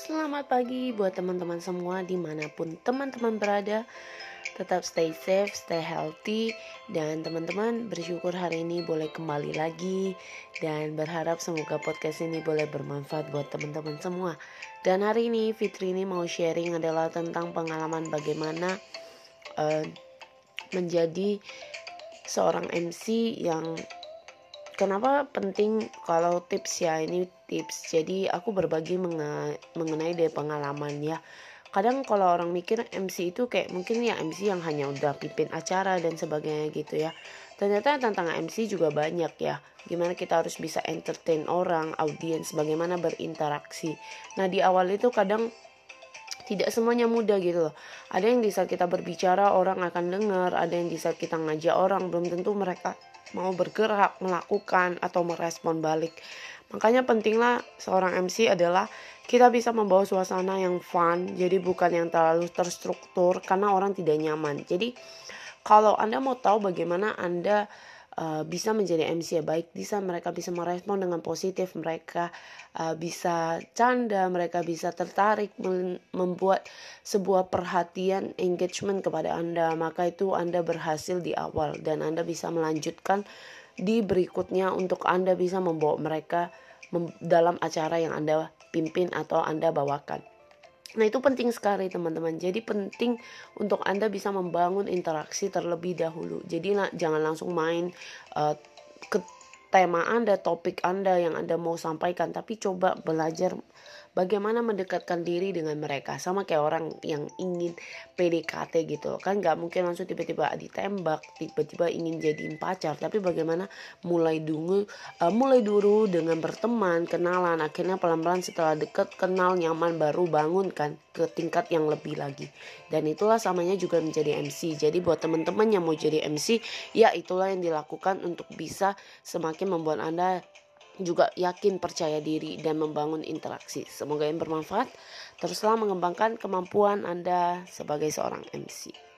Selamat pagi buat teman-teman semua dimanapun teman-teman berada. Tetap stay safe, stay healthy. Dan teman-teman bersyukur hari ini boleh kembali lagi. Dan berharap semoga podcast ini boleh bermanfaat buat teman-teman semua. Dan hari ini Fitri ini mau sharing adalah tentang pengalaman bagaimana menjadi seorang MC yang kenapa penting kalau tips ya, ini tips. Jadi aku berbagi mengenai dari pengalaman ya. Kadang kalau orang mikir MC itu kayak mungkin ya MC yang hanya udah pimpin acara dan sebagainya gitu ya. Ternyata tantangan MC juga banyak ya. Gimana kita harus bisa entertain orang, audiens, bagaimana berinteraksi. Nah di awal itu kadang tidak semuanya mudah gitu loh. Ada yang di saat kita berbicara orang akan dengar, ada yang di saat kita ngajak orang belum tentu mereka mau bergerak, melakukan atau merespon balik. Makanya pentinglah seorang MC adalah kita bisa membawa suasana yang fun, jadi bukan yang terlalu terstruktur karena orang tidak nyaman. Jadi kalau Anda mau tahu bagaimana Anda bisa menjadi MC ya baik, mereka bisa merespon dengan positif, mereka bisa canda, mereka bisa tertarik, membuat sebuah perhatian engagement kepada Anda, maka itu Anda berhasil di awal dan Anda bisa melanjutkan di berikutnya untuk Anda bisa membawa mereka dalam acara yang Anda pimpin atau Anda bawakan. Nah itu penting sekali teman-teman. Jadi penting untuk Anda bisa membangun interaksi terlebih dahulu. Jadi jangan langsung main ke tema Anda, topik Anda yang Anda mau sampaikan, tapi coba belajar bagaimana mendekatkan diri dengan mereka. Sama kayak orang yang ingin PDKT gitu kan, gak mungkin langsung tiba-tiba ditembak, tiba-tiba ingin jadiin pacar. Tapi bagaimana mulai dulu dengan berteman, kenalan, akhirnya pelan-pelan setelah dekat, kenal, nyaman, baru bangun kan ke tingkat yang lebih lagi. Dan itulah samanya juga menjadi MC. Jadi buat teman-teman yang mau jadi MC, ya itulah yang dilakukan untuk bisa semakin membuat Anda juga yakin, percaya diri, dan membangun interaksi. Semoga yang bermanfaat. Teruslah mengembangkan kemampuan Anda sebagai seorang MC.